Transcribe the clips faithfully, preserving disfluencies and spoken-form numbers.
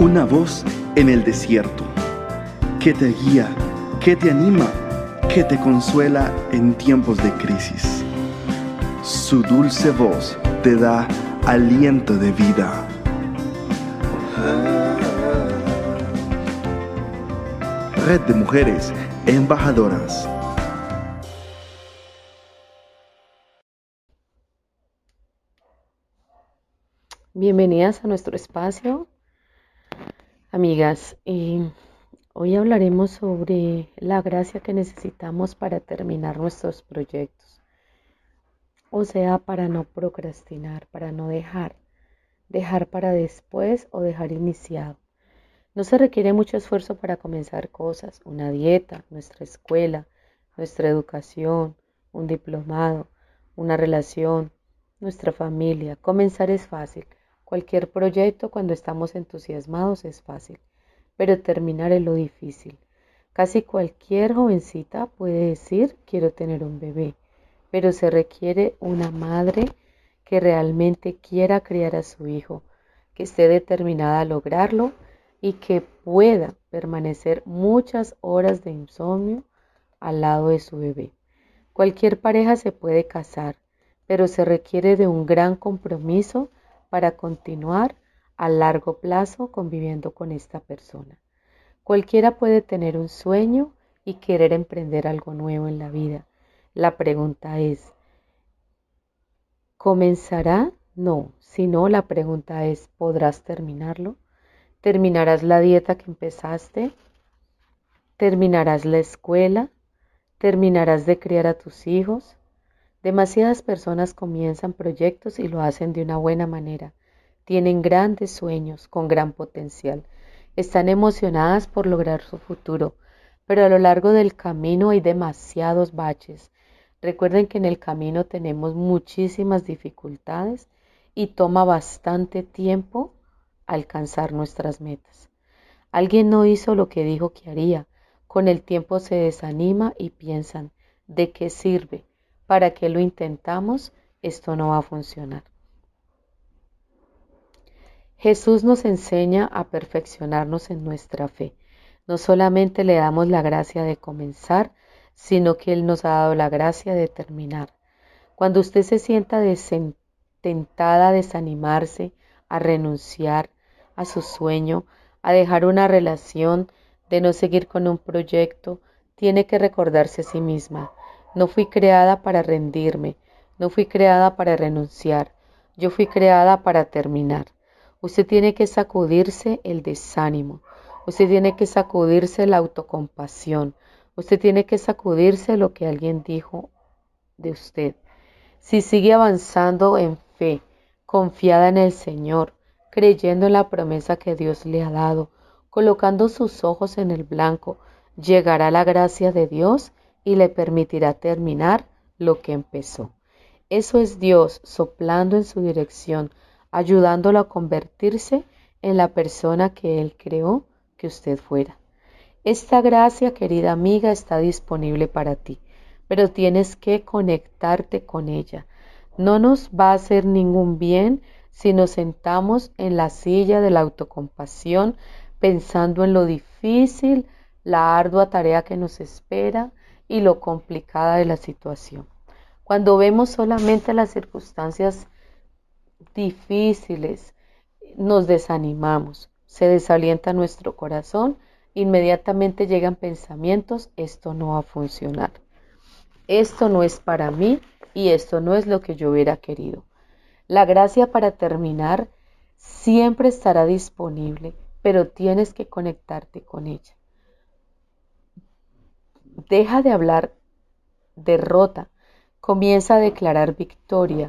una voz en el desierto, que te guía, que te anima, que te consuela en tiempos de crisis. Su dulce voz te da aliento de vida. Red de Mujeres Embajadoras. Bienvenidas a nuestro espacio, amigas. Y hoy hablaremos sobre la gracia que necesitamos para terminar nuestros proyectos. O sea, para no procrastinar, para no dejar, dejar para después o dejar iniciado. No se requiere mucho esfuerzo para comenzar cosas, una dieta, nuestra escuela, nuestra educación, un diplomado, una relación, nuestra familia. Comenzar es fácil. Cualquier proyecto cuando estamos entusiasmados es fácil, pero terminar es lo difícil. Casi cualquier jovencita puede decir quiero tener un bebé, pero se requiere una madre que realmente quiera criar a su hijo, que esté determinada a lograrlo y que pueda permanecer muchas horas de insomnio al lado de su bebé. Cualquier pareja se puede casar, pero se requiere de un gran compromiso para continuar a largo plazo conviviendo con esta persona. Cualquiera puede tener un sueño y querer emprender algo nuevo en la vida. La pregunta es, ¿comenzará? No, si no, la pregunta es, ¿podrás terminarlo? ¿Terminarás la dieta que empezaste? ¿Terminarás la escuela? ¿Terminarás de criar a tus hijos? Demasiadas personas comienzan proyectos y lo hacen de una buena manera. Tienen grandes sueños con gran potencial. Están emocionadas por lograr su futuro, pero a lo largo del camino hay demasiados baches. Recuerden que en el camino tenemos muchísimas dificultades y toma bastante tiempo alcanzar nuestras metas. Alguien no hizo lo que dijo que haría. Con el tiempo se desanima y piensan, ¿de qué sirve? ¿Para qué lo intentamos? Esto no va a funcionar. Jesús nos enseña a perfeccionarnos en nuestra fe. No solamente le damos la gracia de comenzar, sino que Él nos ha dado la gracia de terminar. Cuando usted se sienta tentada a desanimarse, a renunciar a su sueño, a dejar una relación, de no seguir con un proyecto, tiene que recordarse a sí misma. No fui creada para rendirme, no fui creada para renunciar, yo fui creada para terminar. Usted tiene que sacudirse el desánimo, usted tiene que sacudirse la autocompasión, usted tiene que sacudirse lo que alguien dijo de usted. Si sigue avanzando en fe, confiada en el Señor, creyendo en la promesa que Dios le ha dado, colocando sus ojos en el blanco, llegará la gracia de Dios y le permitirá terminar lo que empezó. Eso es Dios soplando en su dirección, ayudándolo a convertirse en la persona que Él creó que usted fuera. Esta gracia, querida amiga, está disponible para ti, pero tienes que conectarte con ella. No nos va a hacer ningún bien si nos sentamos en la silla de la autocompasión pensando en lo difícil, la ardua tarea que nos espera y lo complicada de la situación. Cuando vemos solamente las circunstancias difíciles, nos desanimamos, se desalienta nuestro corazón, inmediatamente llegan pensamientos, esto no va a funcionar, esto no es para mí y esto no es lo que yo hubiera querido. La gracia para terminar siempre estará disponible, pero tienes que conectarte con ella. Deja de hablar derrota, comienza a declarar victoria.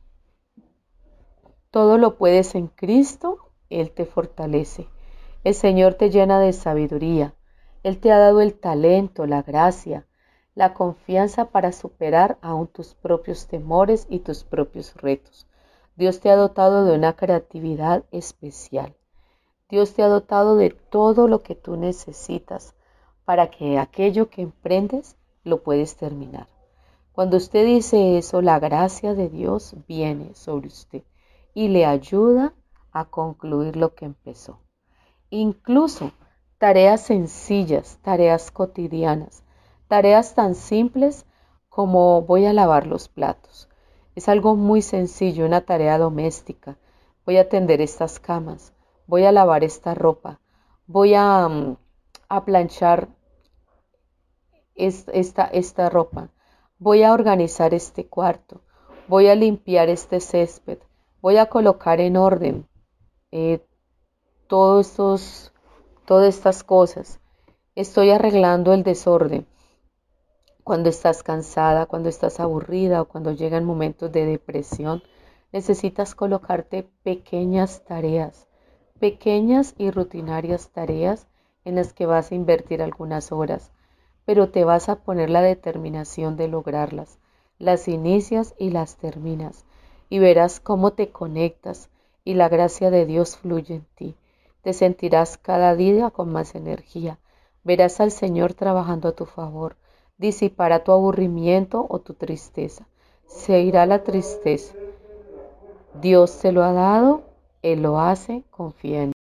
Todo lo puedes en Cristo, Él te fortalece. El Señor te llena de sabiduría. Él te ha dado el talento, la gracia, la confianza para superar aún tus propios temores y tus propios retos. Dios te ha dotado de una creatividad especial. Dios te ha dotado de todo lo que tú necesitas para que aquello que emprendes lo puedes terminar. Cuando usted dice eso, la gracia de Dios viene sobre usted y le ayuda a concluir lo que empezó. incluso tareas sencillas, tareas cotidianas, tareas tan simples como voy a lavar los platos. Es algo muy sencillo, una tarea doméstica. Voy a tender estas camas, voy a lavar esta ropa, voy a, mm, a planchar es- esta, esta ropa, voy a organizar este cuarto, voy a limpiar este césped, voy a colocar en orden eh, todos estos, todas estas cosas. Estoy arreglando el desorden. Cuando estás cansada, cuando estás aburrida o cuando llegan momentos de depresión, necesitas colocarte pequeñas tareas, pequeñas y rutinarias tareas en las que vas a invertir algunas horas, pero te vas a poner la determinación de lograrlas. Las inicias y las terminas y verás cómo te conectas y la gracia de Dios fluye en ti. Te sentirás cada día con más energía. Verás al Señor trabajando a tu favor. Disipará tu aburrimiento o tu tristeza. Se irá la tristeza. Dios te lo ha dado, Él lo hace, confía en él.